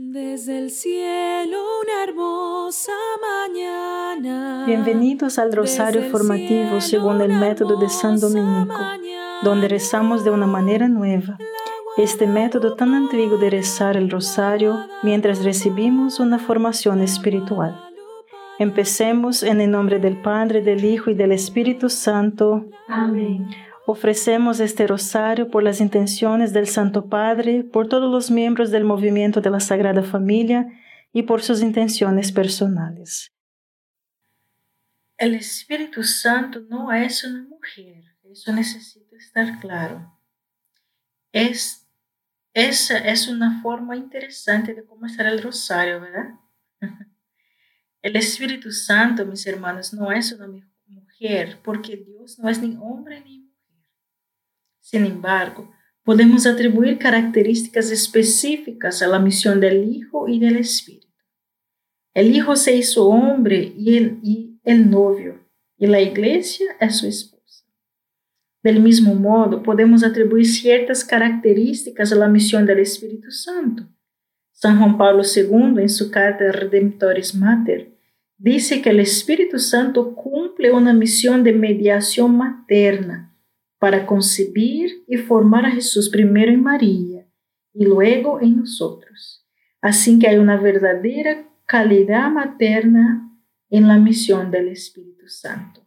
Desde el cielo una hermosa mañana. Bienvenidos al Rosario Formativo según el método de San Dominico, donde rezamos de una manera nueva. Este método tan antiguo de rezar el Rosario mientras recibimos una formación espiritual. Empecemos en el nombre del Padre, del Hijo y del Espíritu Santo. Amén. Ofrecemos este rosario por las intenciones del Santo Padre, por todos los miembros del movimiento de la Sagrada Familia y por sus intenciones personales. El Espíritu Santo no es una mujer, eso necesita estar claro. Esa es una forma interesante de comenzar el rosario, ¿verdad? El Espíritu Santo, mis hermanos, no es una mujer, porque Dios no es ni hombre ni mujer. Sin embargo, podemos atribuir características específicas a la misión del Hijo y del Espíritu. El Hijo se hizo hombre y el novio, y la Iglesia es su esposa. Del mismo modo, podemos atribuir ciertas características a la misión del Espíritu Santo. San Juan Pablo II, en su carta Redemptoris Mater, dice que el Espíritu Santo cumple una misión de mediación materna para concebir y formar a Jesús primero en María y luego en nosotros. Así que hay una verdadera calidad materna en la misión del Espíritu Santo.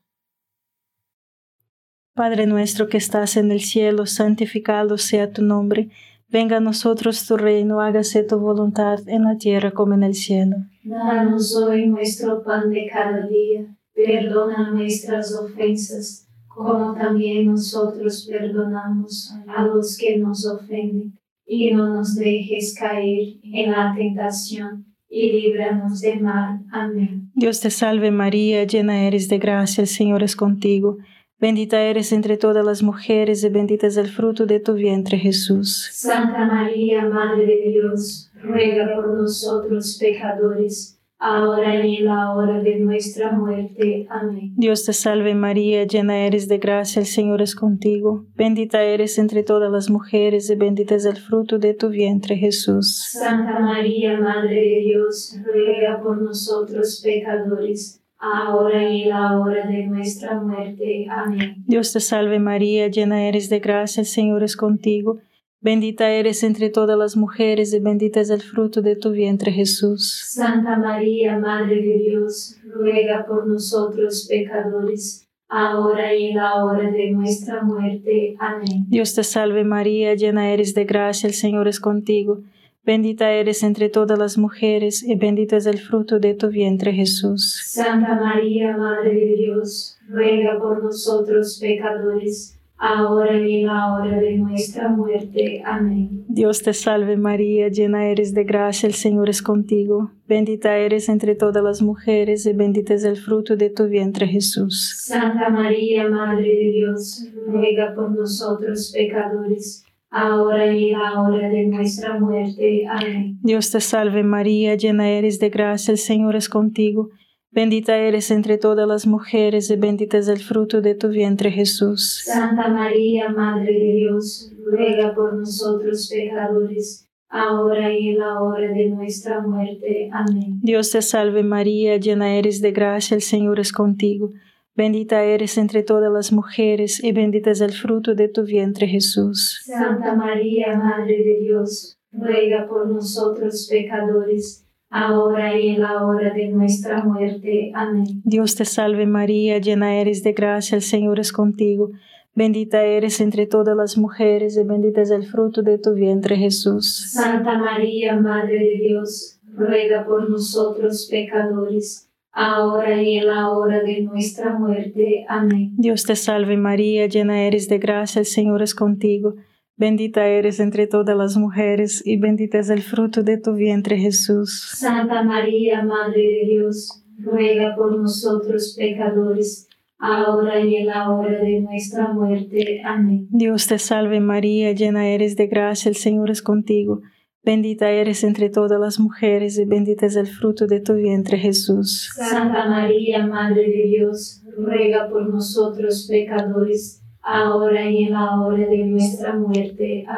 Padre nuestro que estás en el cielo, santificado sea tu nombre. Venga a nosotros tu reino, hágase tu voluntad en la tierra como en el cielo. Danos hoy nuestro pan de cada día, perdona nuestras ofensas, como también nosotros perdonamos a los que nos ofenden, y no nos dejes caer en la tentación, y líbranos del mal. Amén. Dios te salve María, llena eres de gracia, el Señor es contigo. Bendita eres entre todas las mujeres y bendito es el fruto de tu vientre, Jesús. Santa María, Madre de Dios, ruega por nosotros pecadores, ahora y en la hora de nuestra muerte. Amén. Dios te salve María, llena eres de gracia, el Señor es contigo. Bendita eres entre todas las mujeres y bendito es el fruto de tu vientre, Jesús. Santa María, Madre de Dios, ruega por nosotros pecadores, ahora y en la hora de nuestra muerte. Amén. Dios te salve María, llena eres de gracia, el Señor es contigo. Bendita eres entre todas las mujeres y bendito es el fruto de tu vientre, Jesús. Santa María, Madre de Dios, ruega por nosotros pecadores, ahora y en la hora de nuestra muerte. Amén. Dios te salve María, llena eres de gracia, el Señor es contigo. Bendita eres entre todas las mujeres y bendito es el fruto de tu vientre, Jesús. Santa María, Madre de Dios, ruega por nosotros pecadores, ahora y en la hora de nuestra muerte. Amén. Dios te salve María, llena eres de gracia, el Señor es contigo. Bendita eres entre todas las mujeres y bendito es el fruto de tu vientre, Jesús. Santa María, Madre de Dios, ruega por nosotros pecadores, ahora y en la hora de nuestra muerte. Amén. Dios te salve María, llena eres de gracia, el Señor es contigo. Bendita eres entre todas las mujeres y bendito es el fruto de tu vientre, Jesús. Santa María, Madre de Dios, ruega por nosotros pecadores, ahora y en la hora de nuestra muerte. Amén. Dios te salve María, llena eres de gracia, el Señor es contigo. Bendita eres entre todas las mujeres y bendito es el fruto de tu vientre, Jesús. Santa María, Madre de Dios, ruega por nosotros pecadores, ahora y en la hora de nuestra muerte. Amén. Dios te salve María, llena eres de gracia, el Señor es contigo. Bendita eres entre todas las mujeres y bendito es el fruto de tu vientre, Jesús. Santa María, Madre de Dios, ruega por nosotros pecadores, ahora y en la hora de nuestra muerte. Amén. Dios te salve María, llena eres de gracia, el Señor es contigo. Bendita eres entre todas las mujeres y bendito es el fruto de tu vientre, Jesús. Santa María, Madre de Dios, ruega por nosotros pecadores, ahora y en la hora de nuestra muerte. Amén. Dios te salve María, llena eres de gracia, el Señor es contigo. Bendita eres entre todas las mujeres y bendito es el fruto de tu vientre, Jesús. Santa María, Madre de Dios, ruega por nosotros pecadores, ahora y en la hora de nuestra muerte. Amén.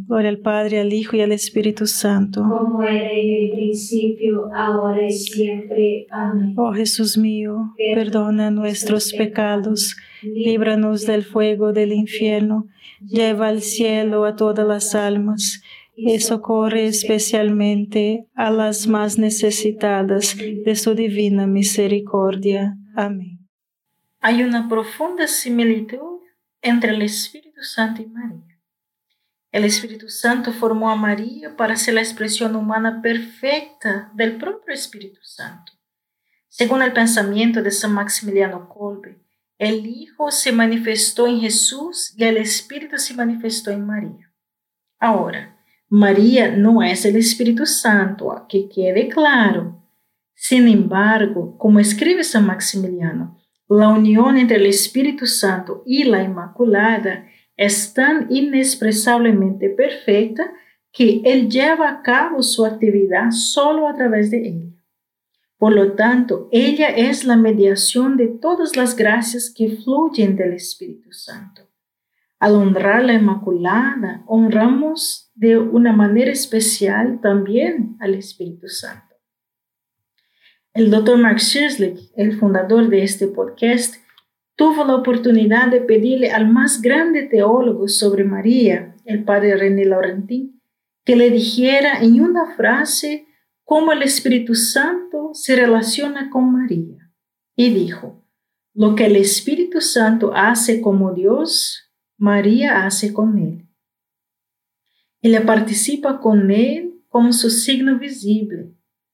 Gloria al Padre, al Hijo y al Espíritu Santo. como era en el principio, ahora y siempre. Amén. Oh Jesús mío, perdona nuestros pecados, líbranos del fuego del infierno, lleva al cielo a todas las almas y socorre especialmente a las más necesitadas de su divina misericordia. Amén. Hay una profunda similitud entre el Espíritu Santo y María. El Espíritu Santo formó a María para ser la expresión humana perfecta del propio Espíritu Santo. Según el pensamiento de San Maximiliano Kolbe, el Hijo se manifestó en Jesús y el Espíritu se manifestó en María. Ahora, María no es el Espíritu Santo, que quede claro. Sin embargo, como escribe San Maximiliano, la unión entre el Espíritu Santo y la Inmaculada es tan inexpresablemente perfecta que Él lleva a cabo su actividad solo a través de ella. Por lo tanto, ella es la mediación de todas las gracias que fluyen del Espíritu Santo. Al honrar la Inmaculada, honramos de una manera especial también al Espíritu Santo. El Dr. Mark Schirzlik, el fundador de este podcast, tuvo la oportunidad de pedirle al más grande teólogo sobre María, el padre René Laurentin, que le dijera en una frase cómo el Espíritu Santo se relaciona con María. Y dijo, lo que el Espíritu Santo hace como Dios, María hace con Él. Ella participa con Él como su signo visible.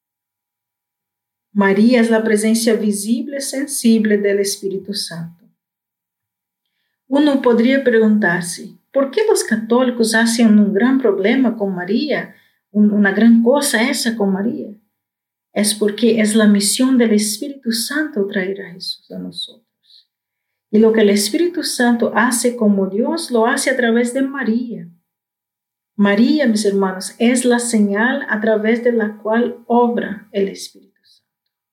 María es la presencia visible y sensible del Espíritu Santo. Uno podría preguntarse, ¿por qué los católicos hacen un gran problema con María? Una gran cosa esa con María. Es porque es la misión del Espíritu Santo traer a Jesús a nosotros. Y lo que el Espíritu Santo hace como Dios, lo hace a través de María. María, mis hermanos, es la señal a través de la cual obra el Espíritu Santo.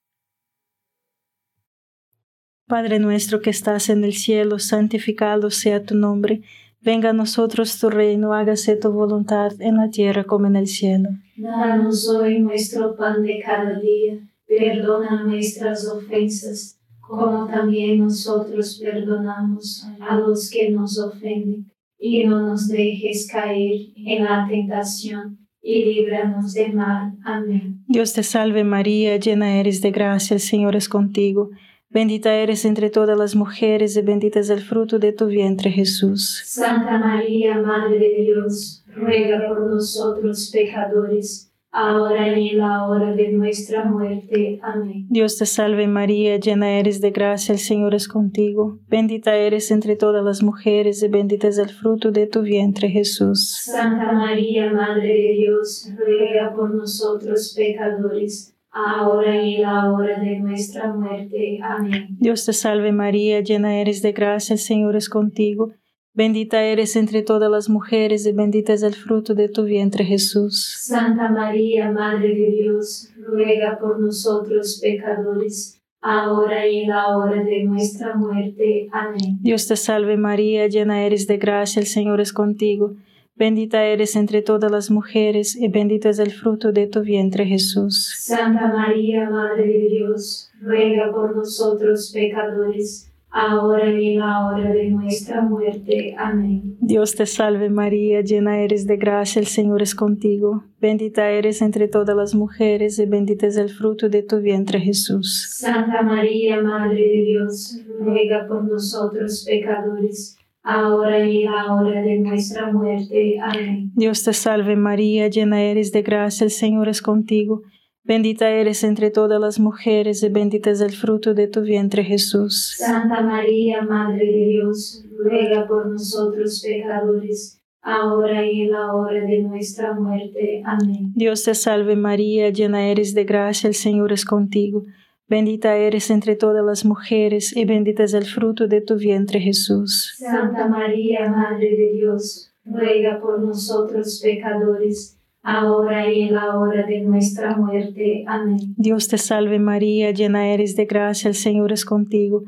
Padre nuestro que estás en el cielo, santificado sea tu nombre. Venga a nosotros tu reino, hágase tu voluntad en la tierra como en el cielo. Danos hoy nuestro pan de cada día, perdona nuestras ofensas, como también nosotros perdonamos a los que nos ofenden. Y no nos dejes caer en la tentación, y líbranos del mal. Amén. Dios te salve María, llena eres de gracia, el Señor es contigo. Bendita eres entre todas las mujeres y bendito es el fruto de tu vientre, Jesús. Santa María, Madre de Dios, ruega por nosotros pecadores, ahora y en la hora de nuestra muerte. Amén. Dios te salve María, llena eres de gracia, el Señor es contigo. Bendita eres entre todas las mujeres y bendito es el fruto de tu vientre, Jesús. Santa María, Madre de Dios, ruega por nosotros pecadores, ahora y en la hora de nuestra muerte. Amén. Dios te salve María, llena eres de gracia, el Señor es contigo. Bendita eres entre todas las mujeres y bendito es el fruto de tu vientre, Jesús. Santa María, Madre de Dios, ruega por nosotros pecadores, ahora y en la hora de nuestra muerte. Amén. Dios te salve María, llena eres de gracia, el Señor es contigo. Bendita eres entre todas las mujeres y bendito es el fruto de tu vientre, Jesús. Santa María, Madre de Dios, ruega por nosotros pecadores, ahora y en la hora de nuestra muerte. Amén. Dios te salve María, llena eres de gracia, el Señor es contigo. Bendita eres entre todas las mujeres y bendito es el fruto de tu vientre, Jesús. Santa María, Madre de Dios, ruega por nosotros pecadores, ahora y en la hora de nuestra muerte. Amén. Dios te salve María, llena eres de gracia, el Señor es contigo. Bendita eres entre todas las mujeres y bendito es el fruto de tu vientre, Jesús. Santa María, Madre de Dios, ruega por nosotros pecadores, ahora y en la hora de nuestra muerte. Amén. Dios te salve María, llena eres de gracia, el Señor es contigo. Bendita eres entre todas las mujeres y bendito es el fruto de tu vientre, Jesús. Santa María, Madre de Dios, ruega por nosotros pecadores, ahora y en la hora de nuestra muerte. Amén. Dios te salve María, llena eres de gracia, el Señor es contigo.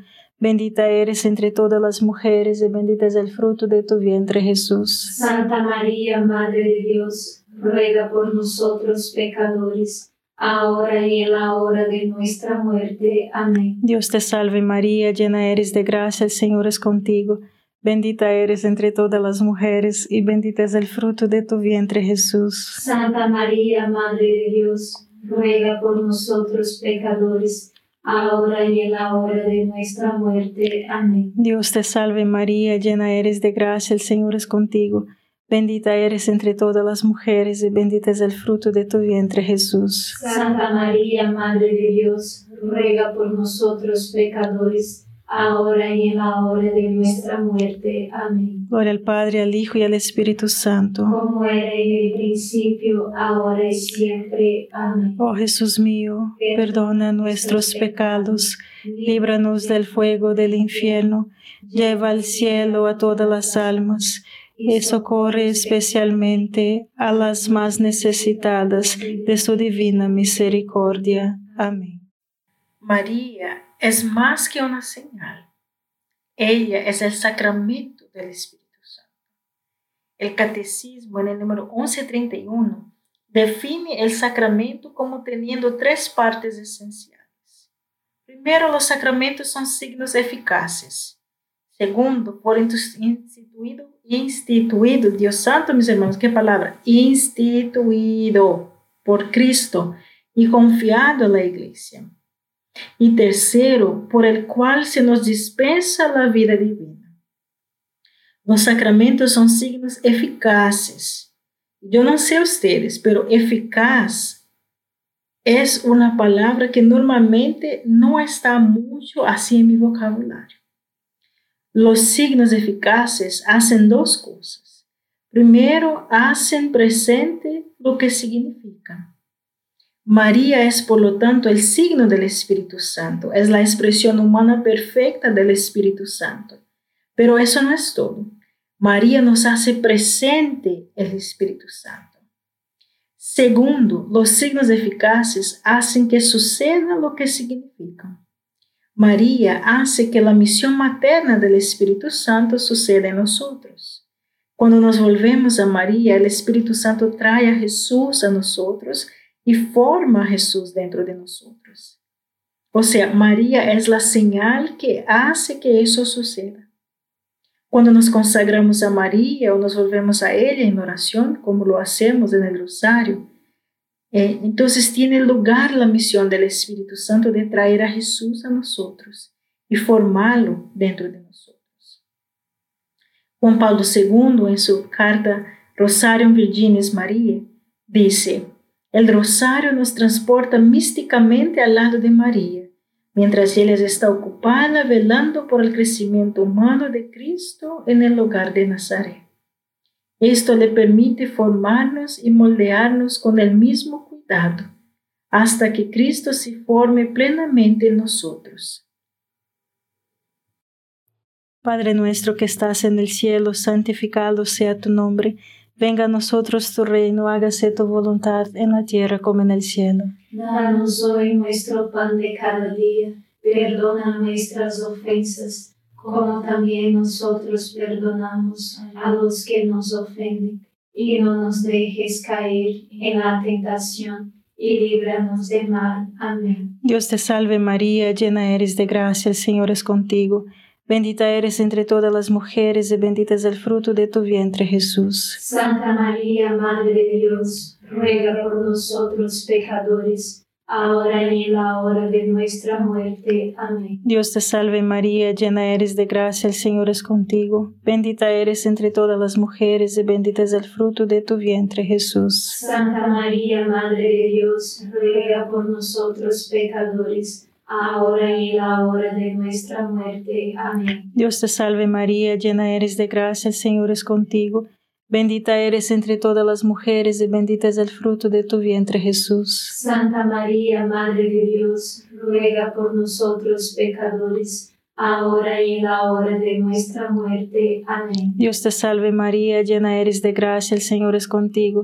Bendita eres entre todas las mujeres y bendito es el fruto de tu vientre, Jesús. Santa María, Madre de Dios, ruega por nosotros pecadores, ahora y en la hora de nuestra muerte. Amén. Dios te salve María, llena eres de gracia, el Señor es contigo. Bendita eres entre todas las mujeres y bendito es el fruto de tu vientre, Jesús. Santa María, Madre de Dios, ruega por nosotros pecadores, ahora y en la hora de nuestra muerte. Amén. Dios te salve María, llena eres de gracia, el Señor es contigo. Bendita eres entre todas las mujeres y bendito es el fruto de tu vientre, Jesús. Santa María, Madre de Dios, ruega por nosotros pecadores, ahora y en la hora de nuestra muerte. Amén. Gloria al Padre, al Hijo y al Espíritu Santo. Como era en el principio, ahora y siempre. Amén. Oh Jesús mío, perdona nuestros pecados, líbranos del fuego del infierno, lleva al cielo a todas las almas y socorre especialmente a las más necesitadas de su divina misericordia. Amén. María es más que una señal. Ella es el sacramento del Espíritu Santo. El Catecismo, en el número 1131, define el sacramento como teniendo tres partes esenciales. Primero, los sacramentos son signos eficaces. Segundo, por instituido, Dios santo, mis hermanos, ¿qué palabra? Instituido por Cristo y confiado a la Iglesia. Y tercero, por el cual se nos dispensa la vida divina. Los sacramentos son signos eficaces. Yo no sé ustedes, pero eficaz es una palabra que normalmente no está mucho así en mi vocabulario. Los signos eficaces hacen dos cosas. Primero, hacen presente lo que significan. María es, por lo tanto, el signo del Espíritu Santo. Es la expresión humana perfecta del Espíritu Santo. Pero eso no es todo. María nos hace presente el Espíritu Santo. Segundo, los signos eficaces hacen que suceda lo que significan. María hace que la misión materna del Espíritu Santo suceda en nosotros. Cuando nos volvemos a María, el Espíritu Santo trae a Jesús a nosotros y forma a Jesús dentro de nosotros. O sea, María es la señal que hace que eso suceda. Cuando nos consagramos a María o nos volvemos a ella en oración, como lo hacemos en el rosario, entonces tiene lugar la misión del Espíritu Santo de traer a Jesús a nosotros y formarlo dentro de nosotros. Juan Pablo II, en su carta Rosarium Virginis Mariae, dice: el rosario nos transporta místicamente al lado de María, mientras ella está ocupada velando por el crecimiento humano de Cristo en el hogar de Nazaret. Esto le permite formarnos y moldearnos con el mismo cuidado, hasta que Cristo se forme plenamente en nosotros. Padre nuestro que estás en el cielo, santificado sea tu nombre. Venga a nosotros tu reino, hágase tu voluntad en la tierra como en el cielo. Danos hoy nuestro pan de cada día, perdona nuestras ofensas, como también nosotros perdonamos a los que nos ofenden. Y no nos dejes caer en la tentación, y líbranos del mal. Amén. Dios te salve María, llena eres de gracia, el Señor es contigo. Bendita eres entre todas las mujeres y bendito es el fruto de tu vientre, Jesús. Santa María, Madre de Dios, ruega por nosotros pecadores, ahora y en la hora de nuestra muerte. Amén. Dios te salve María, llena eres de gracia, el Señor es contigo. Bendita eres entre todas las mujeres y bendito es el fruto de tu vientre, Jesús. Santa María, Madre de Dios, ruega por nosotros pecadores, ahora y en la hora de nuestra muerte. Amén. Dios te salve María, llena eres de gracia, el Señor es contigo. Bendita eres entre todas las mujeres y bendito es el fruto de tu vientre, Jesús. Santa María, Madre de Dios, ruega por nosotros pecadores, ahora y en la hora de nuestra muerte. Amén. Dios te salve María, llena eres de gracia, el Señor es contigo.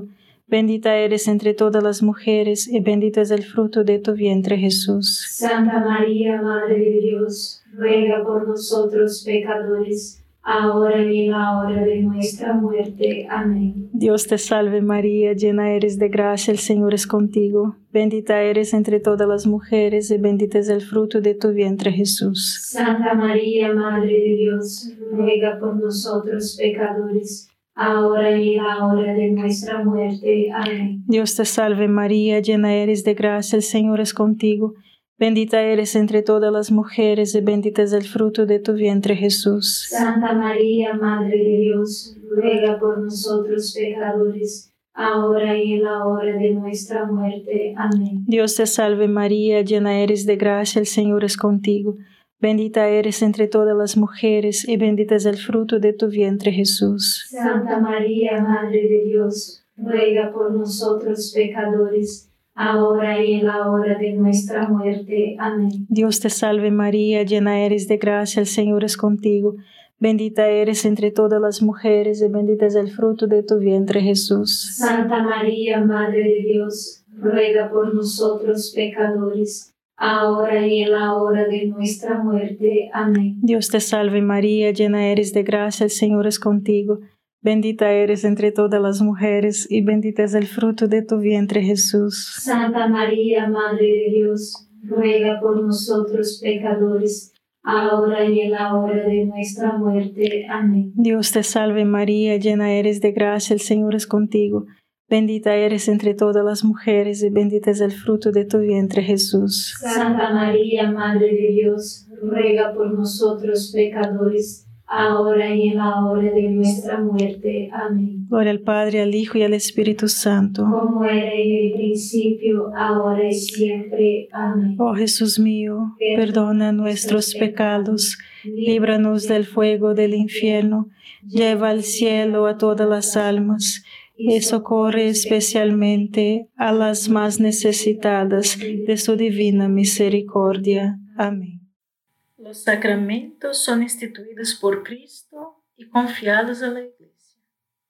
Bendita eres entre todas las mujeres, y bendito es el fruto de tu vientre, Jesús. Santa María, Madre de Dios, ruega por nosotros pecadores, ahora y en la hora de nuestra muerte. Amén. Dios te salve María, llena eres de gracia, el Señor es contigo. Bendita eres entre todas las mujeres, y bendito es el fruto de tu vientre, Jesús. Santa María, Madre de Dios, ruega por nosotros pecadores, ahora y en la hora de nuestra muerte. Amén. Dios te salve María, llena eres de gracia, el Señor es contigo. Bendita eres entre todas las mujeres, y bendito es el fruto de tu vientre, Jesús. Santa María, Madre de Dios, ruega por nosotros pecadores, ahora y en la hora de nuestra muerte. Amén. Dios te salve María, llena eres de gracia, el Señor es contigo. Bendita eres entre todas las mujeres, y bendito es el fruto de tu vientre, Jesús. Santa María, Madre de Dios, ruega por nosotros pecadores, ahora y en la hora de nuestra muerte. Amén. Dios te salve María, llena eres de gracia, el Señor es contigo. Bendita eres entre todas las mujeres, y bendito es el fruto de tu vientre, Jesús. Santa María, Madre de Dios, ruega por nosotros pecadores, ahora y en la hora de nuestra muerte. Amén. Dios te salve María, llena eres de gracia, el Señor es contigo. Bendita eres entre todas las mujeres, y bendito es el fruto de tu vientre, Jesús. Santa María, Madre de Dios, ruega por nosotros pecadores, ahora y en la hora de nuestra muerte. Amén. Dios te salve María, llena eres de gracia, el Señor es contigo. Bendita eres entre todas las mujeres, y bendito es el fruto de tu vientre, Jesús. Santa María, Madre de Dios, ruega por nosotros pecadores, ahora y en la hora de nuestra muerte. Amén. Gloria al Padre, al Hijo y al Espíritu Santo. Como era en el principio, ahora y siempre. Amén. Oh Jesús mío, perdona nuestros pecados, líbranos del fuego del infierno, lleva al cielo a todas las almas, y socorre especialmente a las más necesitadas de su divina misericordia. Amén. Los sacramentos son instituidos por Cristo y confiados a la Iglesia.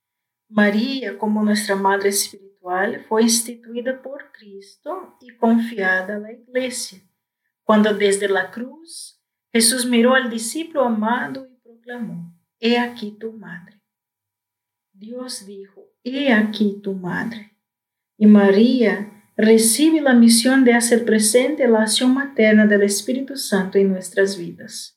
María, como nuestra Madre Espiritual, fue instituida por Cristo y confiada a la Iglesia, cuando desde la cruz Jesús miró al discípulo amado y proclamó: «He aquí tu madre». Dios dijo: «He aquí tu madre». Y María recibe la misión de hacer presente la acción materna del Espíritu Santo en nuestras vidas.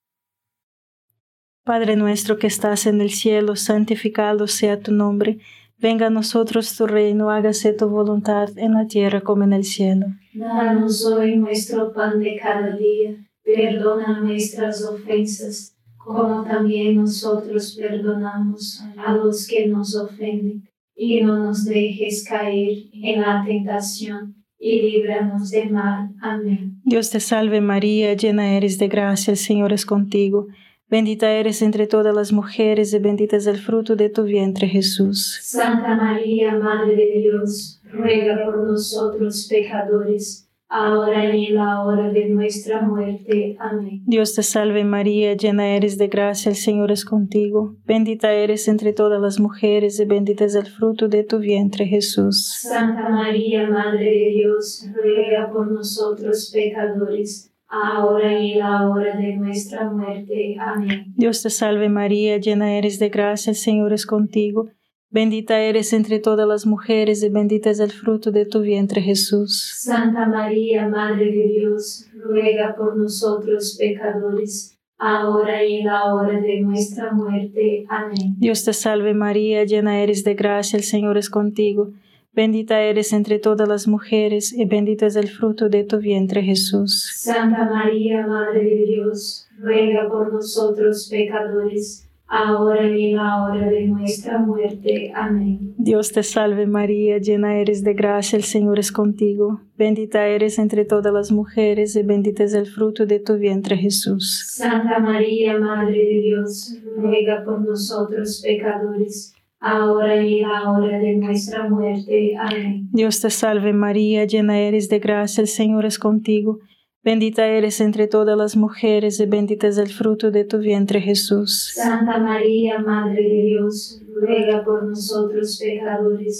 Padre nuestro que estás en el cielo, santificado sea tu nombre. Venga a nosotros tu reino, hágase tu voluntad en la tierra como en el cielo. Danos hoy nuestro pan de cada día. Perdona nuestras ofensas, como también nosotros perdonamos a los que nos ofenden. Y no nos dejes caer en la tentación, y líbranos del mal. Amén. Dios te salve María, llena eres de gracia, el Señor es contigo. Bendita eres entre todas las mujeres, y bendito es el fruto de tu vientre, Jesús. Santa María, Madre de Dios, ruega por nosotros pecadores, ahora y en la hora de nuestra muerte. Amén. Dios te salve María, llena eres de gracia, el Señor es contigo. Bendita eres entre todas las mujeres, y bendito es el fruto de tu vientre, Jesús. Santa María, Madre de Dios, ruega por nosotros pecadores, ahora y en la hora de nuestra muerte. Amén. Dios te salve María, llena eres de gracia, el Señor es contigo. Bendita eres entre todas las mujeres, y bendito es el fruto de tu vientre, Jesús. Santa María, Madre de Dios, ruega por nosotros pecadores, ahora y en la hora de nuestra muerte. Amén. Dios te salve María, llena eres de gracia, el Señor es contigo. Bendita eres entre todas las mujeres, y bendito es el fruto de tu vientre, Jesús. Santa María, Madre de Dios, ruega por nosotros pecadores, ahora y en la hora de nuestra muerte. Amén. Dios te salve María, llena eres de gracia, el Señor es contigo. Bendita eres entre todas las mujeres, y bendito es el fruto de tu vientre, Jesús. Santa María, Madre de Dios, ruega por nosotros pecadores, ahora y en la hora de nuestra muerte. Amén. Dios te salve María, llena eres de gracia, el Señor es contigo. Bendita eres entre todas las mujeres, y bendito es el fruto de tu vientre, Jesús. Santa María, Madre de Dios, ruega por nosotros pecadores,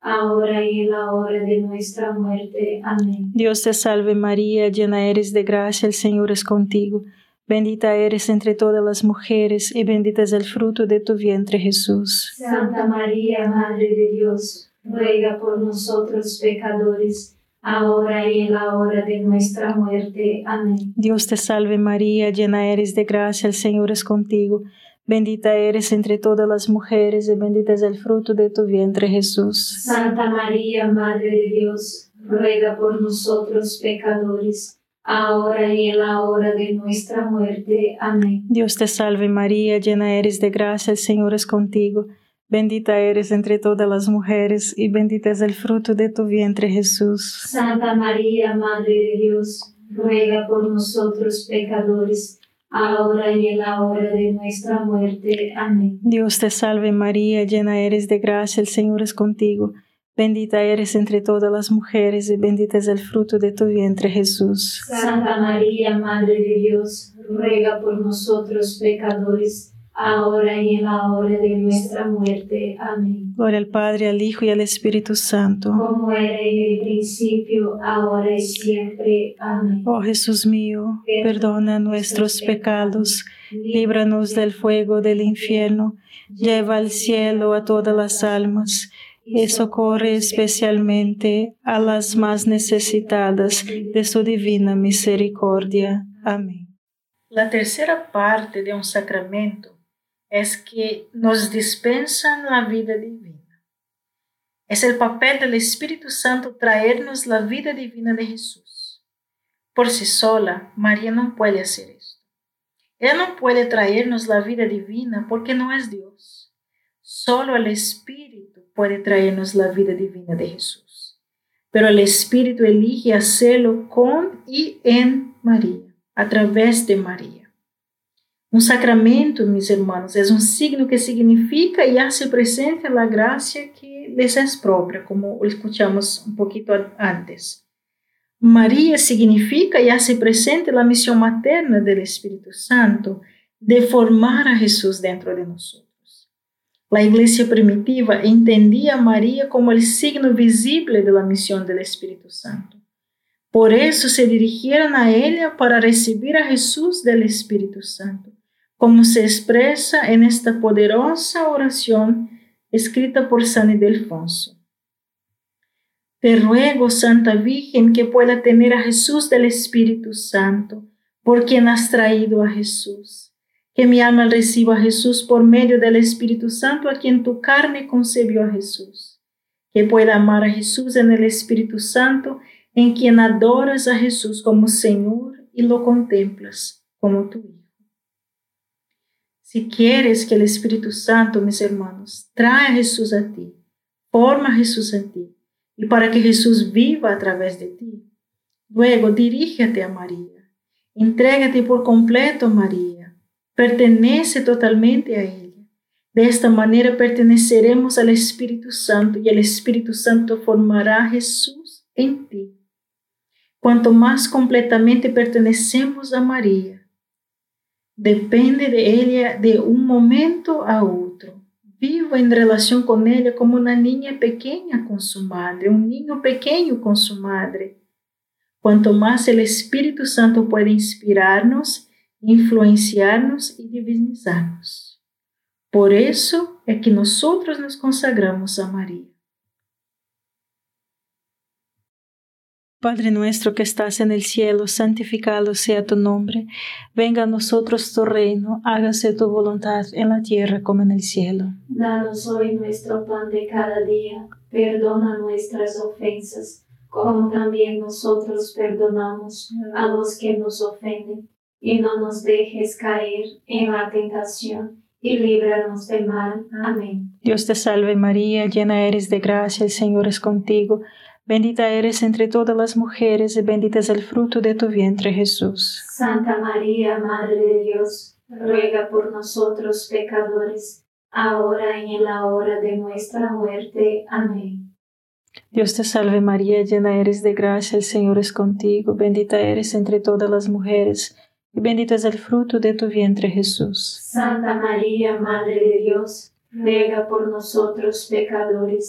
ahora y en la hora de nuestra muerte. Amén. Dios te salve María, llena eres de gracia, el Señor es contigo. Bendita eres entre todas las mujeres y bendito es el fruto de tu vientre Jesús. Santa María, Madre de Dios, ruega por nosotros pecadores, ahora y en la hora de nuestra muerte. Amén. Dios te salve María, llena eres de gracia, el Señor es contigo. Bendita eres entre todas las mujeres y bendito es el fruto de tu vientre Jesús. Santa María, Madre de Dios, ruega por nosotros pecadores, ahora y en la hora de nuestra muerte. Amén. Dios te salve María, llena eres de gracia, el Señor es contigo. Bendita eres entre todas las mujeres y bendito es el fruto de tu vientre Jesús. Santa María, Madre de Dios, ruega por nosotros pecadores, ahora y en la hora de nuestra muerte. Amén. Dios te salve María, llena eres de gracia, el Señor es contigo. Bendita eres entre todas las mujeres y bendito es el fruto de tu vientre Jesús. Santa María, Madre de Dios, ruega por nosotros pecadores, ahora y en la hora de nuestra muerte. Amén. Gloria al Padre, al Hijo y al Espíritu Santo. Como era en el principio, ahora y siempre. Amén. Oh Jesús mío, perdona nuestros pecados, líbranos del fuego del infierno, lleva al cielo a todas las almas y socorre especialmente a las más necesitadas de su divina misericordia. Amén. La tercera parte de un sacramento es que nos dispensan la vida divina. Es el papel del Espíritu Santo traernos la vida divina de Jesús. Por sí sola, María no puede hacer esto. Ella no puede traernos la vida divina porque no es Dios. Solo el Espíritu puede traernos la vida divina de Jesús. Pero el Espíritu elige hacerlo con y en María, a través de María. Un sacramento, mis hermanos, es un signo que significa y hace presente la gracia que les es propia, como escuchamos un poquito antes. María significa y hace presente la misión materna del Espíritu Santo de formar a Jesús dentro de nosotros. La iglesia primitiva entendía a María como el signo visible de la misión del Espíritu Santo. Por eso se dirigieron a ella para recibir a Jesús del Espíritu Santo, como se expresa en esta poderosa oración escrita por San Ildefonso. Te ruego, Santa Virgen, que pueda tener a Jesús del Espíritu Santo, por quien has traído a Jesús. Que mi alma reciba a Jesús por medio del Espíritu Santo, a quien tu carne concebió a Jesús. Que pueda amar a Jesús en el Espíritu Santo, en quien adoras a Jesús como Señor y lo contemplas como tu Hijo. Si quieres que el Espíritu Santo, mis hermanos, trae a Jesús a ti, forma a Jesús en ti, y para que Jesús viva a través de ti, luego dirígete a María, entrégate por completo a María, pertenece totalmente a ella. De esta manera perteneceremos al Espíritu Santo y el Espíritu Santo formará a Jesús en ti. Cuanto más completamente pertenecemos a María, depende de ella de un momento a otro. Viva en relación con ella como una niña pequeña con su madre, un niño pequeño con su madre. Cuanto más el Espíritu Santo puede inspirarnos, influenciarnos y divinizarnos. Por eso es que nosotros nos consagramos a María. Padre nuestro que estás en el cielo, santificado sea tu nombre. Venga a nosotros tu reino, hágase tu voluntad en la tierra como en el cielo. Danos hoy nuestro pan de cada día, perdona nuestras ofensas, como también nosotros perdonamos a los que nos ofenden. Y no nos dejes caer en la tentación, y líbranos del mal. Amén. Dios te salve María, llena eres de gracia, el Señor es contigo. Bendita eres entre todas las mujeres y bendito es el fruto de tu vientre Jesús. Santa María, Madre de Dios, ruega por nosotros pecadores, ahora y en la hora de nuestra muerte. Amén. Dios te salve María, llena eres de gracia, el Señor es contigo. Bendita eres entre todas las mujeres y bendito es el fruto de tu vientre Jesús. Santa María, Madre de Dios, ruega por nosotros pecadores,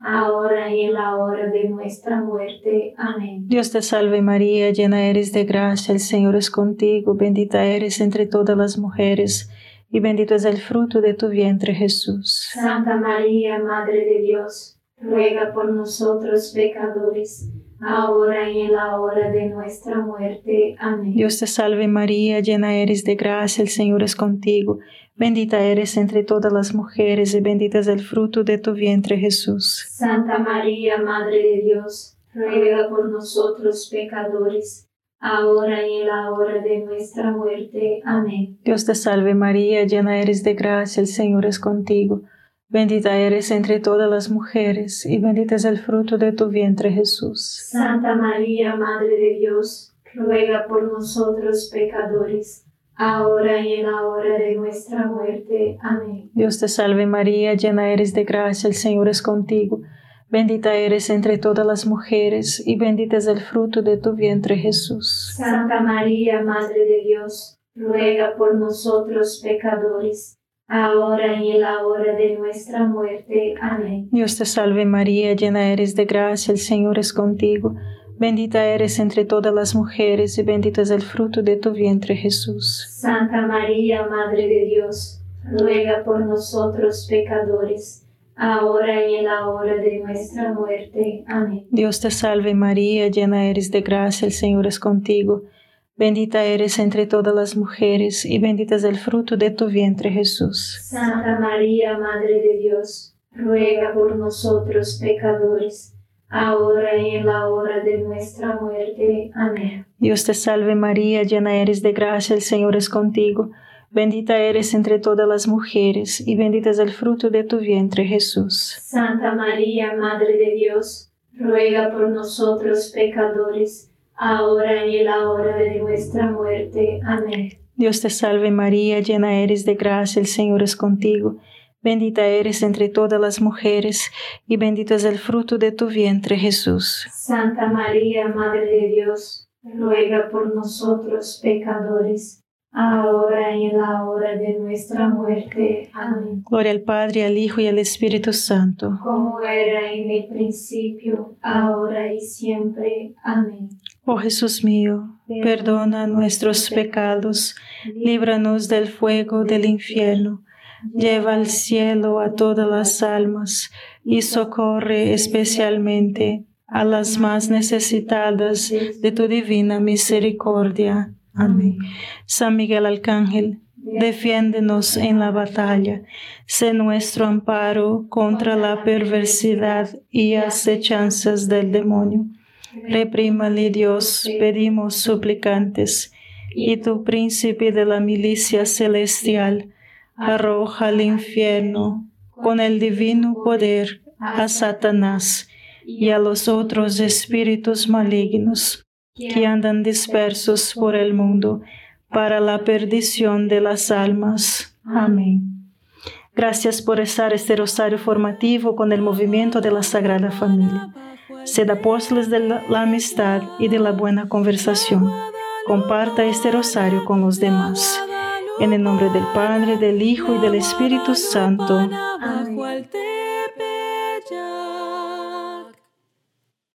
ahora y en la hora de nuestra muerte. Amén. Dios te salve María, llena eres de gracia, el Señor es contigo, bendita eres entre todas las mujeres, y bendito es el fruto de tu vientre Jesús. Santa María, Madre de Dios, ruega por nosotros pecadores, ahora y en la hora de nuestra muerte. Amén. Dios te salve María, llena eres de gracia, el Señor es contigo, bendita eres entre todas las mujeres y bendito es el fruto de tu vientre Jesús. Santa María, Madre de Dios, ruega por nosotros pecadores, ahora y en la hora de nuestra muerte. Amén. Dios te salve María, llena eres de gracia, el Señor es contigo, bendita eres entre todas las mujeres y bendito es el fruto de tu vientre Jesús. Santa María, Madre de Dios, ruega por nosotros pecadores, ahora y en la hora de nuestra muerte. Amén. Dios te salve María, llena eres de gracia, el Señor es contigo, bendita eres entre todas las mujeres y bendito es el fruto de tu vientre Jesús. Santa María, Madre de Dios, ruega por nosotros pecadores, ahora y en la hora de nuestra muerte. Amén. Dios te salve María, llena eres de gracia, el Señor es contigo, bendita eres entre todas las mujeres y bendito es el fruto de tu vientre Jesús. Santa María, Madre de Dios, ruega por nosotros pecadores, ahora y en la hora de nuestra muerte. Amén. Dios te salve María, llena eres de gracia, el Señor es contigo, bendita eres entre todas las mujeres y bendito es el fruto de tu vientre Jesús. Santa María, Madre de Dios, ruega por nosotros pecadores, ahora y en la hora de nuestra muerte. Amén. Dios te salve María, llena eres de gracia, el Señor es contigo, bendita eres entre todas las mujeres y bendito es el fruto de tu vientre Jesús. Santa María, Madre de Dios, ruega por nosotros pecadores, ahora y en la hora de nuestra muerte. Amén. Dios te salve María, llena eres de gracia, el Señor es contigo, bendita eres entre todas las mujeres y bendito es el fruto de tu vientre Jesús. Santa María, Madre de Dios, ruega por nosotros pecadores, ahora y en la hora de nuestra muerte. Amén. Gloria al Padre, al Hijo y al Espíritu Santo. Como era en el principio, ahora y siempre. Amén. Oh Jesús mío, perdona nuestros pecados, líbranos del fuego del infierno, lleva al cielo a todas las almas y socorre especialmente a las más necesitadas de tu divina misericordia. Amén. San Miguel Arcángel, defiéndenos en la batalla, sé nuestro amparo contra la perversidad y acechanzas del demonio. Reprímale Dios, pedimos suplicantes, y tu príncipe de la milicia celestial, arroja al infierno con el divino poder a Satanás y a los otros espíritus malignos que andan dispersos por el mundo para la perdición de las almas. Amén. Gracias por rezar este rosario formativo con el movimiento de la Sagrada Familia. Sed apóstoles de la amistad y de la buena conversación. Comparta este rosario con los demás. En el nombre del Padre, del Hijo y del Espíritu Santo. Amén.